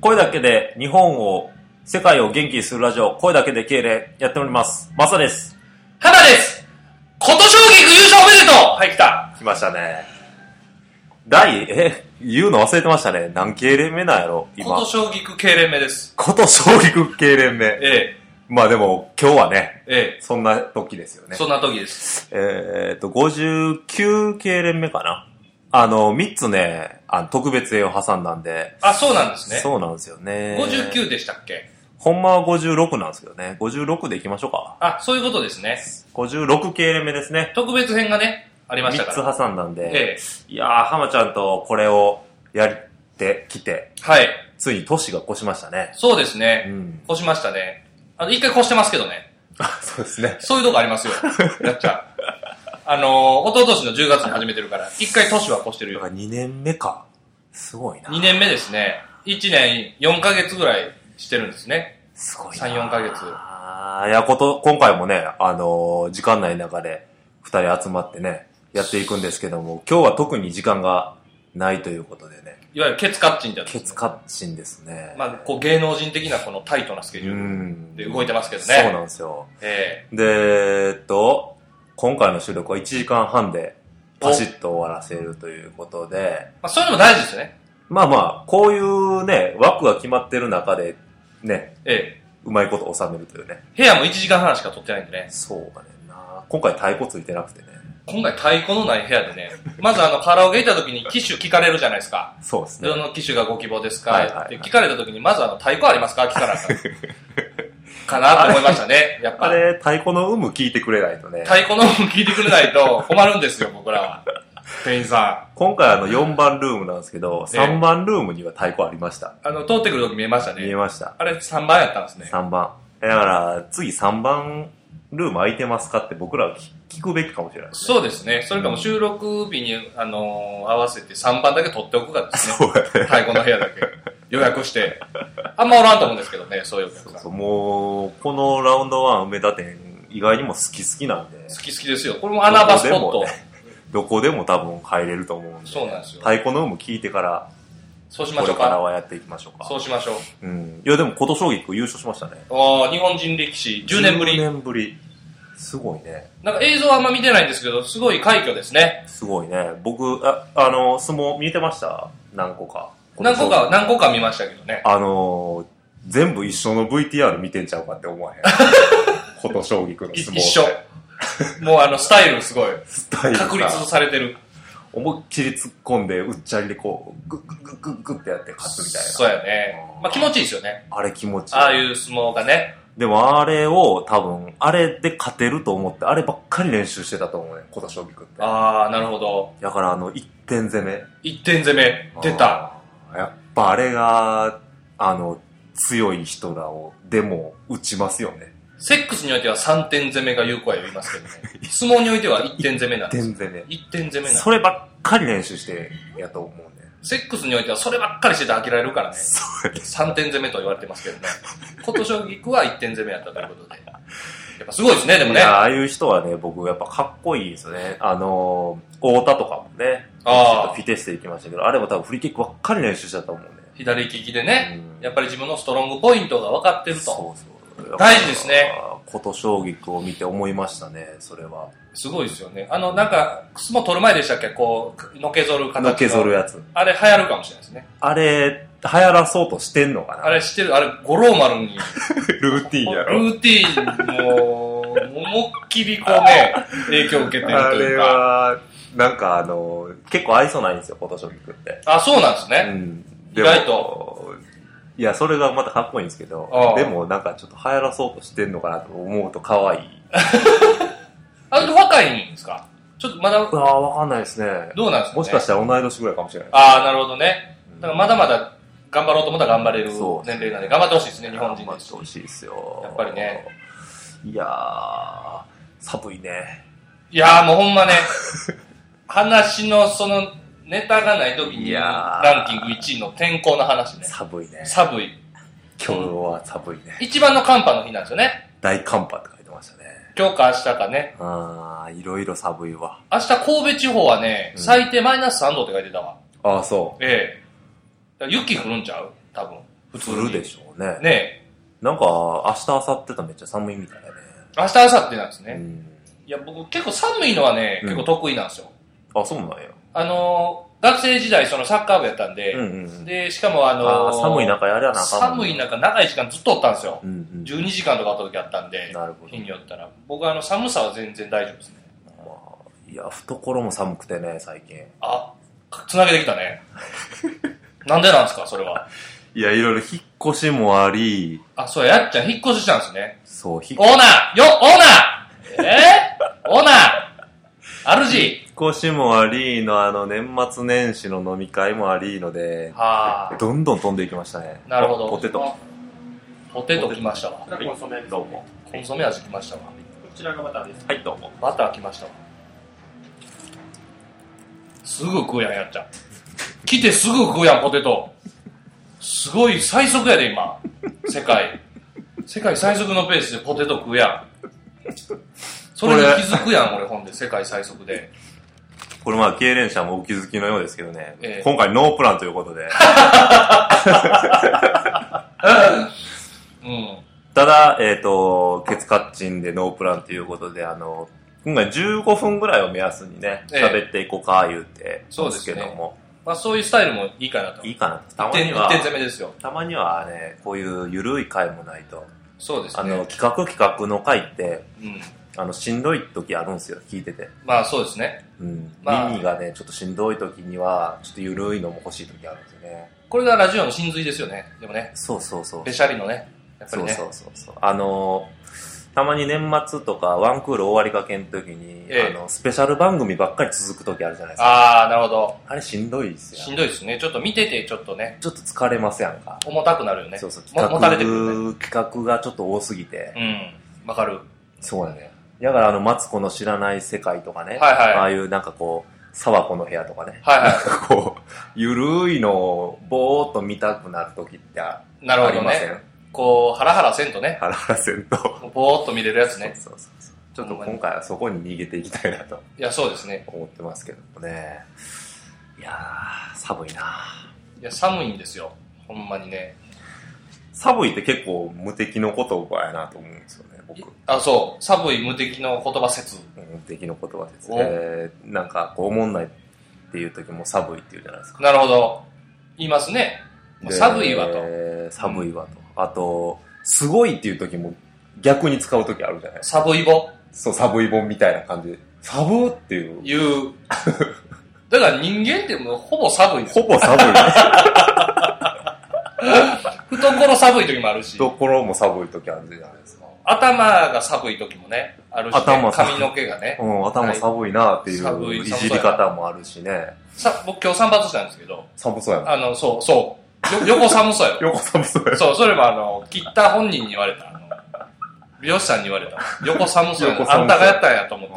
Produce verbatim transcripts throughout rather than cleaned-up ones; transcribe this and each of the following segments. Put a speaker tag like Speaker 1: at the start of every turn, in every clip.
Speaker 1: 声だけで日本を、世界を元気にするラジオ、声だけで敬礼やっております。マサです。
Speaker 2: 花です。琴将棋優勝おめでとう。はい、来た。
Speaker 1: 来ましたね。第、え、言うの忘れてましたね。何敬礼目なんやろ今。
Speaker 2: 琴将棋敬礼目です。
Speaker 1: 琴将棋敬礼目。
Speaker 2: ええ。
Speaker 1: まあでも、今日はね、
Speaker 2: ええ。
Speaker 1: そんな時ですよね。
Speaker 2: そんな時です。
Speaker 1: えーっと、ごじゅうきゅう敬礼目かな。あの、みっつね、あの特別編を挟んだんで。
Speaker 2: あ、そうなんですね。
Speaker 1: そうなんですよね。
Speaker 2: ごじゅうきゅうでしたっけ？
Speaker 1: ほんまはごじゅうろくなんですけどね。ごじゅうろくでいきましょうか。
Speaker 2: あ、そういうことですね。
Speaker 1: ごじゅうろく敬礼目ですね。
Speaker 2: 特別編がね、ありましたから。
Speaker 1: みっつ挟んだんで。
Speaker 2: え
Speaker 1: え、いやー、浜ちゃんとこれをやってきて。
Speaker 2: はい。
Speaker 1: ついに年が越しましたね。
Speaker 2: そうですね。うん、越しましたね。あの、一回越してますけどね。
Speaker 1: あ、そうですね。
Speaker 2: そういうとこありますよ。やっちゃう。あのー、一昨年のじゅうがつに始めてるから、一回年は越してるよ。
Speaker 1: だからにねんめか。すごいな。
Speaker 2: にねんめですね。いちねんよんかげつぐらいしてるんですね。
Speaker 1: すごいな。
Speaker 2: さん、よんかげつ。
Speaker 1: ああ、いや、こと、今回もね、あのー、時間内の中で二人集まってね、やっていくんですけども、今日は特に時間がないということでね。
Speaker 2: いわゆるケツカッチンじゃない
Speaker 1: ですか。ケツカッチンですね。
Speaker 2: まあ、こう芸能人的なこのタイトなスケジュールで動いてますけどね。
Speaker 1: そうなんですよ。
Speaker 2: え
Speaker 1: えー、で、えっと、今回の収録はいちじかんはんでパシッと終わらせるということで。
Speaker 2: まあ、そういうのも大事ですね。
Speaker 1: まあまあ、こういうね、枠が決まってる中でね、
Speaker 2: ええ、
Speaker 1: うまいこと収めるというね。
Speaker 2: 部屋もいちじかんはんしか撮ってないんでね。
Speaker 1: そうかねんな。今回太鼓ついてなくてね。
Speaker 2: 今回太鼓のない部屋でね、まずあのカラオケ行った時に機種聞かれるじゃないですか。
Speaker 1: そうですね。
Speaker 2: どの機種がご希望ですか、
Speaker 1: はいはいはい、
Speaker 2: って聞かれた時に、まずあの太鼓ありますか聞かなかった。かなと思いましたね。やっぱ。
Speaker 1: あれ、太鼓の有無聞いてくれないとね。
Speaker 2: 太鼓の有無聞いてくれないと困るんですよ、僕らは。店員さ
Speaker 1: ん。今回あのよんばんルームなんですけど、さんばんルームには太鼓ありました。
Speaker 2: あの、通ってくる時見えましたね。
Speaker 1: 見えました。
Speaker 2: あれさんばんやったんですね。
Speaker 1: さんばん。だから、次さんばんルーム空いてますかって僕らは聞くべきかもしれないです
Speaker 2: ね。そうですね。それかも収録日に、あのー、合わせてさんばんだけ取っておくかですね。
Speaker 1: そうやね。
Speaker 2: 太鼓の部屋だけ予約して。あんまおらんと思うんですけどね、そういうお客さん。
Speaker 1: そうそう、もう、このラウンドワン梅田店、意外にも好き好きなんで。
Speaker 2: 好き好きですよ。これも穴場スポット。
Speaker 1: どこでも多分入れると思うんで。
Speaker 2: そうなんですよ。
Speaker 1: 太鼓の有無聞いてから、
Speaker 2: そうしましょうか。
Speaker 1: これからはやっていきましょうか。
Speaker 2: そうしましょ
Speaker 1: う。うん。いやでも琴将棋優勝しましたね。
Speaker 2: ああ、日本人歴史じゅうねんぶり。
Speaker 1: じゅうねんぶり。すごいね。
Speaker 2: なんか映像はあんま見てないんですけど、すごい快挙ですね。
Speaker 1: すごいね。僕、あ、あの、相撲見てました何個か。
Speaker 2: 何個か、何個か見ましたけどね。
Speaker 1: あのー、全部一緒の ブイティーアール 見てんちゃうかって思わへん。琴将棋の相撲。
Speaker 2: 一緒。もうあの、スタイルすごい。
Speaker 1: スタイル。
Speaker 2: 確立されてる。
Speaker 1: 思いっきり突っ込んで、うっちゃりでこう、グッグッグッグッグッってやって勝つみたいな。
Speaker 2: そうやね。まあ気持ちいいですよね。
Speaker 1: あれ気持ちいい。
Speaker 2: ああいう相撲がね。
Speaker 1: でもあれを多分、あれで勝てると思って、あればっかり練習してたと思うね、琴将棋って。
Speaker 2: ああ、なるほど。
Speaker 1: だからあの、一点攻め。
Speaker 2: 一点攻め、出た。
Speaker 1: やっぱあれが、あの、強い人らを、でも、打ちますよね。
Speaker 2: セックスにおいてはさんてん攻めが有効や言いますけどね。相撲においてはいってん攻めなんです。
Speaker 1: いってん攻め。
Speaker 2: いってん攻めなんです。
Speaker 1: そればっかり練習してやと思うね。
Speaker 2: セックスにおいてはそればっかりしてて飽きられるからね。
Speaker 1: そうやね。
Speaker 2: さんてん攻めと言われてますけどね。琴将棋はいってん攻めやったということで。やっぱすごいですね、でもね。
Speaker 1: いや、ああいう人はね、僕やっぱかっこいいですよね。あのー、太田とかもね、ああ。フィテステ行きましたけど、あれも多分フリーキックばっかり練習してたと思うね。
Speaker 2: 左利きでね、うん、やっぱり自分のストロングポイントが分かってると。そうそう。大事ですね。
Speaker 1: 琴将棋を見て思いましたね、それは。
Speaker 2: すごいですよね。あの、なんか、相撲取る前でしたっけこう、のけぞる形の。
Speaker 1: のけぞるやつ。
Speaker 2: あれ流行るかもしれないですね。
Speaker 1: あれ、流行らそうとしてんのかな
Speaker 2: あれ知ってるあれ、五郎丸に。
Speaker 1: ルーティンやろ。
Speaker 2: ルーティンも、思いっきりこうね、影響を受けてるというか。
Speaker 1: あれは、なんかあの、結構愛想ないんですよ、琴将棋って。
Speaker 2: あ、そうなんですね。うん。意外と。
Speaker 1: いや、それがまたかっこいいんですけど、でもなんかちょっと流行らそうとしてんのかなと思うと可愛い。
Speaker 2: あれ若いんですかちょっとまだ。あ
Speaker 1: あ、わかんないですね。
Speaker 2: どうなんですか、ね、
Speaker 1: もしかしたら同い年ぐらいかもしれない。
Speaker 2: ああ、なるほどね。だからまだまだ頑張ろうと思ったら頑張れる年齢なんで、頑張ってほしいですね、日本人です。
Speaker 1: 頑張ってほしいですよ。
Speaker 2: やっぱりね。
Speaker 1: いやー、寒いね。
Speaker 2: いやーもうほんまね、話のその、ネタがない時にランキングいちいの天候の話ね。
Speaker 1: 寒いね。
Speaker 2: 寒い。
Speaker 1: 今日は寒いね。
Speaker 2: 一番の寒波の日なんですよね。
Speaker 1: 大寒波って書いてましたね。
Speaker 2: 今日か明日かね。
Speaker 1: ああ、いろいろ寒いわ。
Speaker 2: 明日神戸地方はね、最低マイナスさんどって書いてたわ。
Speaker 1: ああ、そう。
Speaker 2: ええ。雪降るんちゃう多分。 普通に。
Speaker 1: 降るでしょうね。
Speaker 2: ね
Speaker 1: なんか、明日、明後日とめっちゃ寒いみたいだね。
Speaker 2: 明日、明後日なんですね。
Speaker 1: うん、
Speaker 2: いや、僕結構寒いのはね、結構得意なんですよ。
Speaker 1: あ、そうなんや。
Speaker 2: あのー、学生時代そのサッカー部やったんで、
Speaker 1: うんうんうん、
Speaker 2: で、しかもあのー、
Speaker 1: あ寒い中やれなあかん。
Speaker 2: 寒い中長い時間ずっとおったんですよ。
Speaker 1: うんうん、
Speaker 2: じゅうにじかんとかおった時あったんで、
Speaker 1: なるほど。
Speaker 2: 日によったら。僕はあの寒さは全然大丈夫ですね。
Speaker 1: まあ、いや、懐も寒くてね、最近。
Speaker 2: あ、繋げてきたね。なんでなんですか、それは。
Speaker 1: いや、いろいろ引っ越しもあり。
Speaker 2: あ、そうや、やっちゃん引っ越ししたんですね。
Speaker 1: そう、
Speaker 2: 引っオーナーよ、オーナーえー、オーナー主
Speaker 1: 引っ越しもありの、あの、年末年始の飲み会もありので、
Speaker 2: は
Speaker 1: どんどん飛んでいきましたね。
Speaker 2: なるほど。
Speaker 1: ポテト。
Speaker 2: ポテト来ましたわ。
Speaker 3: コンソメ
Speaker 1: どうも。
Speaker 2: コンソメ味来ましたわ。こ
Speaker 3: ちらがバターです。
Speaker 1: はい、どうも。
Speaker 2: バター来ましたわ。すぐ食うやん、やっちゃん。来てすぐ食うやん、ポテト。すごい最速やで、今。世界。世界最速のペースでポテト食うやん。それに気づくやん、俺、ほんで、世界最速で。
Speaker 1: これまあ、経連者もお気づきのようですけどね。
Speaker 2: ええ、
Speaker 1: 今回ノープランということで。
Speaker 2: うん、
Speaker 1: ただ、えっ、ー、と、ケツカッチンでノープランということで、あの、今回じゅうごふんぐらいを目安にね、喋、ええ、っていこうか、言うて、
Speaker 2: そうですけど
Speaker 1: も。
Speaker 2: まあそういうスタイルもいいかなと。
Speaker 1: いいかなと。たまには、
Speaker 2: 一点攻めですよ。
Speaker 1: たまにはね、こういう緩い回もないと。
Speaker 2: そうですね。
Speaker 1: あの、企画企画の回って、
Speaker 2: うん、
Speaker 1: あの、しんどい時あるんですよ、聞いてて。
Speaker 2: まあそうですね。
Speaker 1: うん。
Speaker 2: まあ、
Speaker 1: 耳がね、ちょっとしんどい時には、ちょっと緩いのも欲しい時あるんですよね。
Speaker 2: これがラジオの真髄ですよね。でもね。
Speaker 1: そうそうそう。
Speaker 2: ペシャリのね。やっぱりね。
Speaker 1: そうそうそうそう。あのー、たまに年末とかワンクール終わりかけの時に、ええ、あの、スペシャル番組ばっかり続く時あるじゃないですか。
Speaker 2: ああ、なるほど。
Speaker 1: あれしんどいですよ。
Speaker 2: しんどいですね。ちょっと見ててちょっとね。
Speaker 1: ちょっと疲れますやんか。
Speaker 2: 重たくなるよね。
Speaker 1: そうそう。企画、もたれてくるね、企画がちょっと多すぎて。
Speaker 2: うん。わかる。
Speaker 1: そうやね。だからあの、マツコの知らない世界とかね。
Speaker 2: はいはい。
Speaker 1: ああいうなんかこう、沢子の部屋とかね。
Speaker 2: はいはい。
Speaker 1: こう、ゆるいのをぼーっと見たくなる時ってありません？なるほどね。
Speaker 2: こう、ハラハラせんとね。
Speaker 1: ハラハラせんと。
Speaker 2: ぼーっと見れるやつね。
Speaker 1: そうそうそう。ちょっと今回はそこに逃げていきたいなと。
Speaker 2: いや、そうですね。
Speaker 1: 思ってますけどもね。いやー、寒いな。
Speaker 2: いや、寒いんですよ。ほんまにね。
Speaker 1: 寒いって結構無敵の言葉やなと思うんですよね、僕。
Speaker 2: あ、そう。寒い無敵の言葉説。
Speaker 1: 無敵の言葉説。えー、なんか、こう、思んないっていう時も寒いって言うじゃないですか。
Speaker 2: なるほど。言いますね。寒いわと。
Speaker 1: 寒いわと。あと、すごいっていう時も逆に使う時あるじゃないです
Speaker 2: か。サブイボ。そう、
Speaker 1: サブイボみたいな感じで。サブっていう。
Speaker 2: 言う。だから人間ってもうほぼ寒いです。
Speaker 1: ほぼ寒い。
Speaker 2: 懐寒い時もあるし。
Speaker 1: 懐も寒い時あるじゃないですか。
Speaker 2: 頭が寒い時もね、あるし、ね、頭髪の毛がね。
Speaker 1: うん、頭寒いなっていういじり方もあるしね。
Speaker 2: さ、僕今日散髪したんですけど。
Speaker 1: 寒そうやな。
Speaker 2: あの、そう、そう。よ横寒そうやろ。
Speaker 1: 横寒そうやろ。
Speaker 2: そう、それもあの、切った本人に言われた。あの、美容師さんに言われた。横寒そうやな。あんたがやったんやと思って。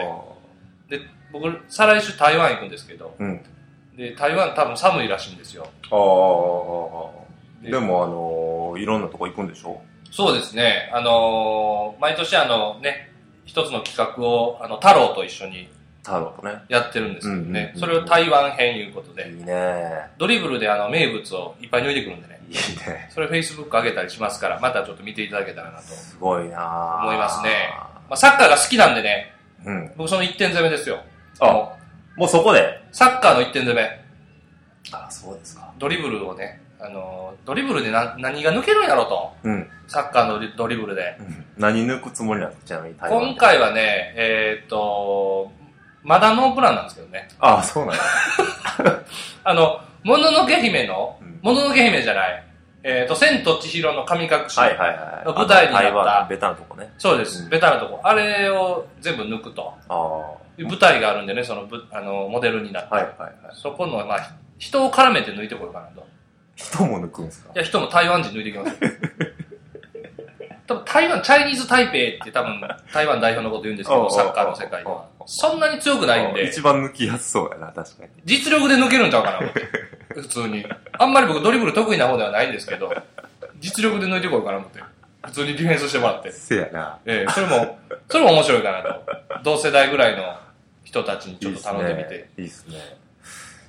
Speaker 2: で、僕、再来週台湾行くんですけど。うん。で、台湾多分寒いらしいんですよ。あ
Speaker 1: あ。でもあのー、いろんなとこ行くんでしょ？
Speaker 2: そうですね。あのー、毎年あのね、一つの企画を、あの、太郎と一緒に。
Speaker 1: 太郎とね。
Speaker 2: やってるんですけどね。それを台湾編いうことで。
Speaker 1: いいね。
Speaker 2: ドリブルであの、名物をいっぱい抜いてくるんでね。
Speaker 1: いいね。
Speaker 2: それ Facebook 上げたりしますから、またちょっと見ていただけたらなと。
Speaker 1: すごいな
Speaker 2: 思いますね。まあ、サッカーが好きなんでね。うん。僕その一点攻めですよ。
Speaker 1: あ、もうそこで
Speaker 2: サッカーの一点攻め。
Speaker 1: あ、そうですか。
Speaker 2: ドリブルをね、あの、ドリブルでな何が抜けるんやろと。うん。サッカーのドリブルで。うん、
Speaker 1: 何抜くつもりなの？ちなみに台湾。
Speaker 2: 今回はね、えー、っと、まだノープランなんですけどね。
Speaker 1: ああ、そうなんだ。
Speaker 2: あの、もののけ姫の、もののけ姫じゃない。えっ、ー、と、千と千尋の神隠しの舞台になった。
Speaker 1: 台湾、ベタなとこね。
Speaker 2: そうです、うん、ベタなとこ。あれを全部抜くと。あいう舞台があるんでね、その、あの、モデルになって。はいはいはい。そこの、まあ、人を絡めて抜いてこようかなと。
Speaker 1: 人も抜くんですか？
Speaker 2: いや、人も台湾人抜いてきますよ。多分台湾、チャイニーズ台北って多分台湾代表のこと言うんですけど、サッカーの世界では。そんなに強くないんで。
Speaker 1: 一番抜きやすそうやな、確かに。
Speaker 2: 実力で抜けるんちゃうかな、普通に。あんまり僕ドリブル得意な方ではないんですけど、実力で抜いてこようかな思って。普通にディフェンスしてもらって。
Speaker 1: せやな。
Speaker 2: ええ、それも、それも面白いかなと。同世代ぐらいの人たちにちょっと頼んでみて。
Speaker 1: いいっすね。いいっすね。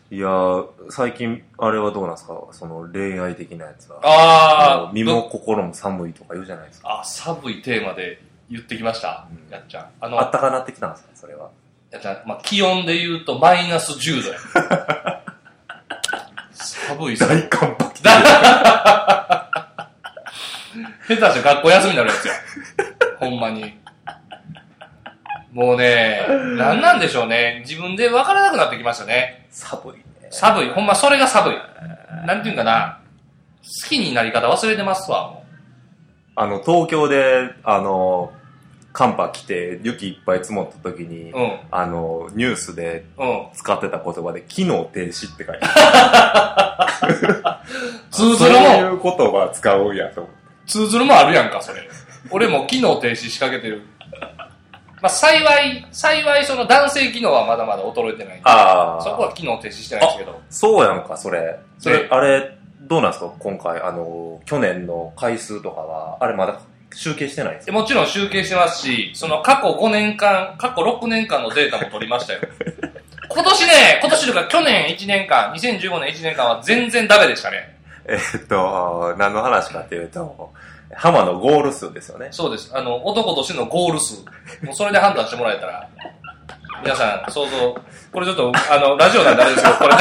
Speaker 1: いやー、最近、あれはどうなんですか、その恋愛的なやつは。
Speaker 2: ああ。
Speaker 1: 身も心も寒いとか言うじゃないですか。
Speaker 2: あ、寒いテーマで言ってきました。うん、やっちゃん。あの、
Speaker 1: あったかなってきたんですか、それは。
Speaker 2: やっちゃん、まあ、気温で言うとマイナスじゅうどや。寒いっす
Speaker 1: 大寒波。
Speaker 2: 下手して学校休みになるやつや。ほんまに。もうね、なんなんでしょうね。自分で分からなくなってきましたね。
Speaker 1: 寒いね。
Speaker 2: 寒い。ほんまそれが寒い。なんていうんかな。好きになり方忘れてますわ、もう。
Speaker 1: あの、東京で、あの、寒波来て雪いっぱい積もった時に、
Speaker 2: うん、
Speaker 1: あの、ニュースで使ってた言葉で、機能停止って書いてある。
Speaker 2: 通ずるもん。
Speaker 1: そういう言葉使うんやと思って。
Speaker 2: 通ずるもんあるやんか、それ。俺も機能停止仕掛けてる。まあ、幸い、幸いその男性機能はまだまだ衰えてないんで、
Speaker 1: あ
Speaker 2: そこは機能停止してないんですけど。
Speaker 1: そうやんか、それ。それ、あれ、どうなんですか今回、あの、去年の回数とかは、あれまだ集計してないんですか？
Speaker 2: もちろん集計してますし、その過去ごねんかん、過去ろくねんかんのデータも取りましたよ。今年ね、今年とか去年いちねんかん、にせんじゅうごねんいちねんかんは全然ダメでしたね。
Speaker 1: えー、っと、何の話かっていうと、浜のゴール数ですよね。
Speaker 2: そうです。あの、男としてのゴール数。もうそれで判断してもらえたら、皆さん想像、これちょっと、あの、ラジオなんであれですけど、これ、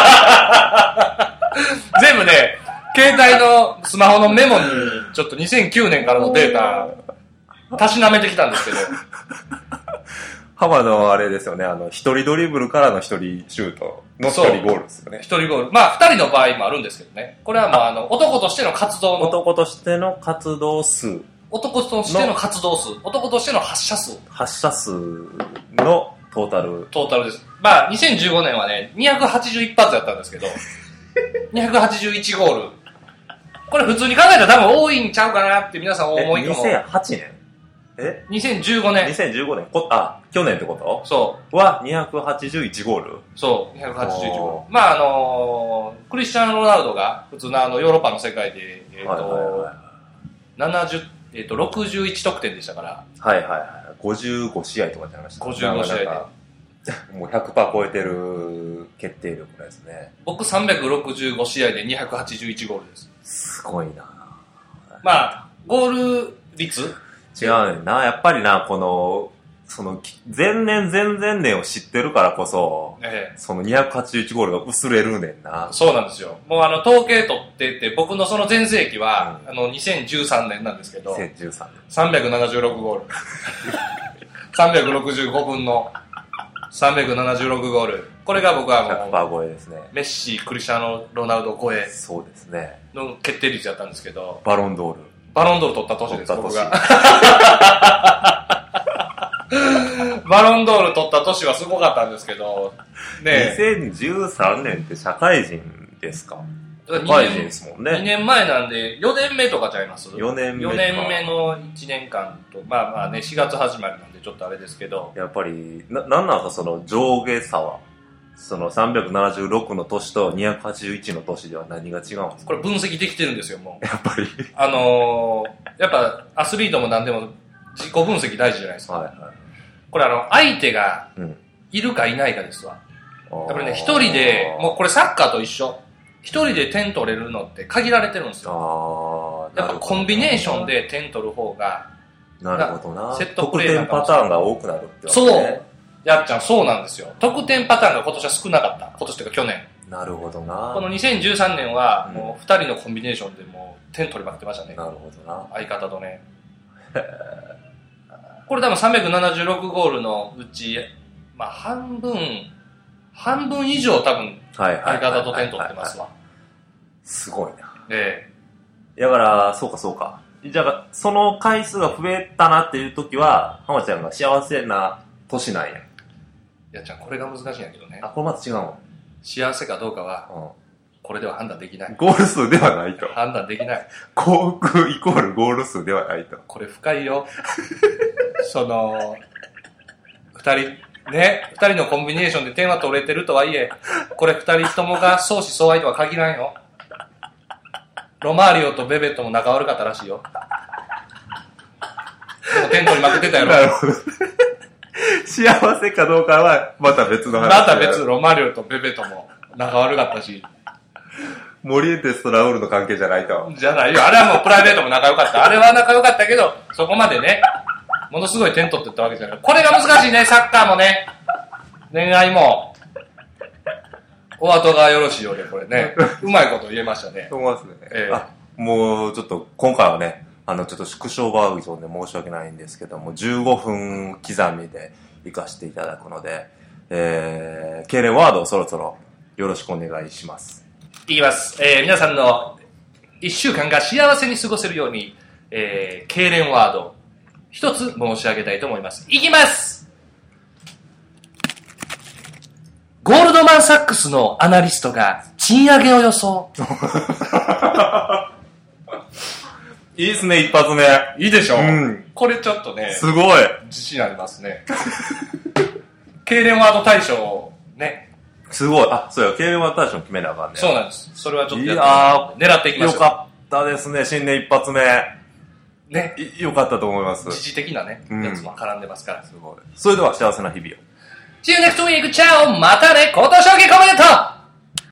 Speaker 2: 全部ね、携帯のスマホのメモに、ちょっとにせんきゅうねんからのデータ、たしなめてきたんですけど。
Speaker 1: 浜のあれですよね、あの、一人ドリブルからの一人シュートの一人ゴールですよね。
Speaker 2: 一人ゴール。まあ、二人の場合もあるんですけどね。これはまあ、あの、男としての活動の。
Speaker 1: 男としての活動数。
Speaker 2: 男としての活動数。男としての発射数。
Speaker 1: 発射数のトータル。
Speaker 2: トータルです。まあ、にせんじゅうごねんはね、にひゃくはちじゅういち発やったんですけど、にひゃくはちじゅういちゴール。これ普通に考えたら多分多いんちゃうかなって皆さん思いとも。
Speaker 1: にせんはちねんえ ?
Speaker 2: にせんじゅうごねん。
Speaker 1: にせんじゅうごねんこあ、去年ってこと
Speaker 2: そう。
Speaker 1: はにひゃくはちじゅういちゴール
Speaker 2: そう、にひゃくはちじゅういちゴール。まああのー、クリスチャン・ロナウドが普通のあのヨーロッパの世界で、えっ、ー、と、はいはいはい、ななじゅう、えっ、ー、と、ろくじゅういち得点でしたから。
Speaker 1: はいはいはい。ごじゅうご試合とかってありましたね。
Speaker 2: ごじゅうご試合で。
Speaker 1: もう ひゃくパーセント 超えてる決定力ですね。
Speaker 2: 僕さんびゃくろくじゅうご試合でにひゃくはちじゅういちゴールです。
Speaker 1: すごいな。
Speaker 2: まあ、ゴール率
Speaker 1: 違うねんな。やっぱりな、この、その、前年前々年を知ってるからこそ、ええ、そのにひゃくはちじゅういちゴールが薄れるねんな。
Speaker 2: そうなんですよ。もうあの、統計取ってって、僕のその全盛期は、うん、あの、にせんじゅうさんねんなんですけど、
Speaker 1: にせんじゅうさんねん。
Speaker 2: さんびゃくななじゅうろくゴール。さんびゃくろくじゅうごぶんのさんびゃくななじゅうろくゴール。これが僕はもう、
Speaker 1: ひゃくパーセント 超えですね。
Speaker 2: メッシ、クリスチャーノ・ロナウド超え。
Speaker 1: そうですね。
Speaker 2: の決定率やったんですけど、
Speaker 1: バロンドール。
Speaker 2: バロンドール取った年です、僕が。バロンドール取った年はすごかったんですけど、
Speaker 1: ね、にせんじゅうさんねんって社会人ですか？社会人ですもんね。
Speaker 2: にねんまえなんで、よねんめとかちゃいます？
Speaker 1: よねんめか。
Speaker 2: よねんめのいちねんかんと、まあまあね、しがつ始まりなんでちょっとあれですけど。
Speaker 1: やっぱり、な、なんなんかその上下差は、そのさんびゃくななじゅうろくの年とにひゃくはちじゅういちの年では何が違うんですか？
Speaker 2: これ分析できてるんですよ、もう。
Speaker 1: やっぱり。
Speaker 2: あのー、やっぱアスリートも何でも自己分析大事じゃないですか。はいはい。これあの、相手がいるかいないかですわ。うん、やっぱりね、一人で、もうこれサッカーと一緒。一人で点取れるのって限られてるんですよ。あやっぱコンビネーションで点取る方が、
Speaker 1: なるほどな。
Speaker 2: セットプレー
Speaker 1: 得点パターンが多くなるってことね。
Speaker 2: そう。やっちゃん、そうなんですよ。得点パターンが今年は少なかった。今年というか去年。
Speaker 1: なるほどな。
Speaker 2: このにせんじゅうさんねんは、もう二人のコンビネーションでもう点取りまくってましたね。
Speaker 1: なるほどな。
Speaker 2: 相方とね。これ多分さんびゃくななじゅうろくゴールのうち、まあ半分、半分以上多分、相方と点取ってますわ。
Speaker 1: すごいな。
Speaker 2: え
Speaker 1: え。だから、そうかそうか。じゃあ、その回数が増えたなっていう時は、浜ちゃんが幸せな年なんや。い
Speaker 2: やちゃん、これが難しいんやけどね。
Speaker 1: あ、これまた違うの？
Speaker 2: 幸せかどうかは、うん、これでは判断できない。
Speaker 1: ゴール数ではないと。
Speaker 2: 判断できない。
Speaker 1: 幸福イコールゴール数ではないと。
Speaker 2: これ深いよ。その、二人、ね、二人のコンビネーションで点は取れてるとはいえ、これ二人ともが相思相愛とは限らんよ。ロマーリオとベベットも仲悪かったらしいよ。でも点取りまくってたやろ。
Speaker 1: なるほど。幸せかどうかはまた別の話。
Speaker 2: また別、ロマーリオとベベットも仲悪かったし。
Speaker 1: モリエンテスとラウールの関係じゃないと。
Speaker 2: じゃないよ。あれはもうプライベートも仲良かった。あれは仲良かったけど、そこまでね、ものすごい点取ってったわけじゃない。これが難しいね、サッカーもね。恋愛も。お後がよろしいようで、これね。うまいこと言えましたね。
Speaker 1: そう思いますね。
Speaker 2: ええ、
Speaker 1: あ、もうちょっと、今回はね、あの、ちょっと縮小バージョンで申し訳ないんですけども、じゅうごふん刻みで行かせていただくので、えー、敬礼ワードをそろそろよろしくお願いします。
Speaker 2: いきます。えー、皆さんの一週間が幸せに過ごせるように、えー、敬礼ワード、一つ申し上げたいと思います。いきます。ゴールドマンサックスのアナリストが賃上げを予想。
Speaker 1: いいですね、一発目。
Speaker 2: いいでしょ、うん、これちょっとね、
Speaker 1: すごい。
Speaker 2: 自信ありますね。敬礼ワード大賞ね。
Speaker 1: すごい。あ、そうや、敬礼ワード大賞決めなあかんね。
Speaker 2: そうなんです。それはちょっとやって狙っていきましょう。
Speaker 1: よかったですね、新年一発目。
Speaker 2: ね。
Speaker 1: よかったと思います。
Speaker 2: 時事的なね、うん、やつも絡んでますから。
Speaker 1: すごい。それでは幸せな日々を。
Speaker 2: See you next week! チャオまたね今年おけおめでとう